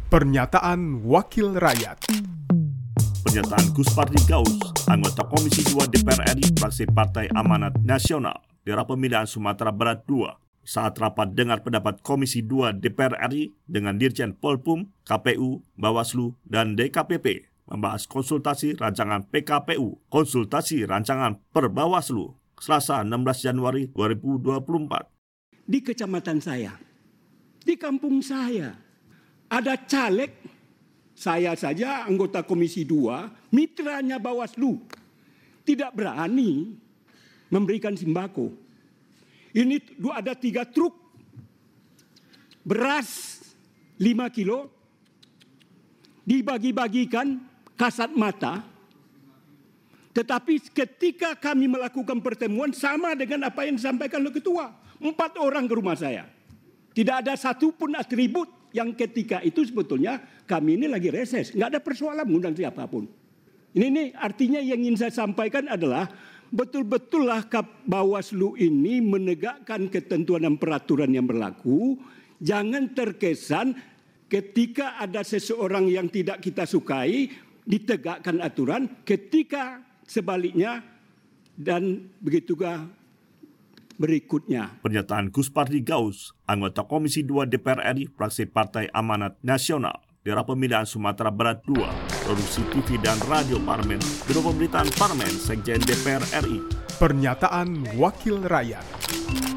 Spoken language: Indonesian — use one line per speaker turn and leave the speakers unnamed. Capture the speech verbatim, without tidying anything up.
Pernyataan Wakil Rakyat.
Pernyataan Gus Pardi Gaus, anggota Komisi dua D P R R I, fraksi Partai Amanat Nasional, daerah pemilihan Sumatera Barat dua, saat rapat dengar pendapat Komisi dua D P R R I dengan Dirjen Polpum, K P U, Bawaslu, dan D K P P, membahas konsultasi rancangan P K P U, konsultasi rancangan per Bawaslu, Selasa enam belas Januari dua ribu dua puluh empat.
Di kecamatan saya, di kampung saya, ada caleg, saya saja anggota Komisi dua, mitranya Bawaslu, tidak berani memberikan sembako. Ini ada tiga truk beras lima kilo, dibagi-bagikan kasat mata. Tetapi ketika kami melakukan pertemuan sama dengan apa yang disampaikan oleh ketua, empat orang ke rumah saya. Tidak ada satupun atribut yang ketika itu sebetulnya kami ini lagi reses. Nggak ada persoalan mengundang siapapun. Ini, ini artinya yang ingin saya sampaikan adalah betul-betullah Bawaslu ini menegakkan ketentuan dan peraturan yang berlaku. Jangan terkesan ketika ada seseorang yang tidak kita sukai ditegakkan aturan, ketika sebaliknya dan begitu juga berikutnya.
Pernyataan Gus Pardi Gaus, anggota Komisi dua D P R R I, fraksi Partai Amanat Nasional, daerah pemilihan Sumatera Barat dua, produksi T V dan Radio Parlemen, Biro Pemberitaan Parlemen, Sekjen D P R R I.
Pernyataan Wakil Rakyat.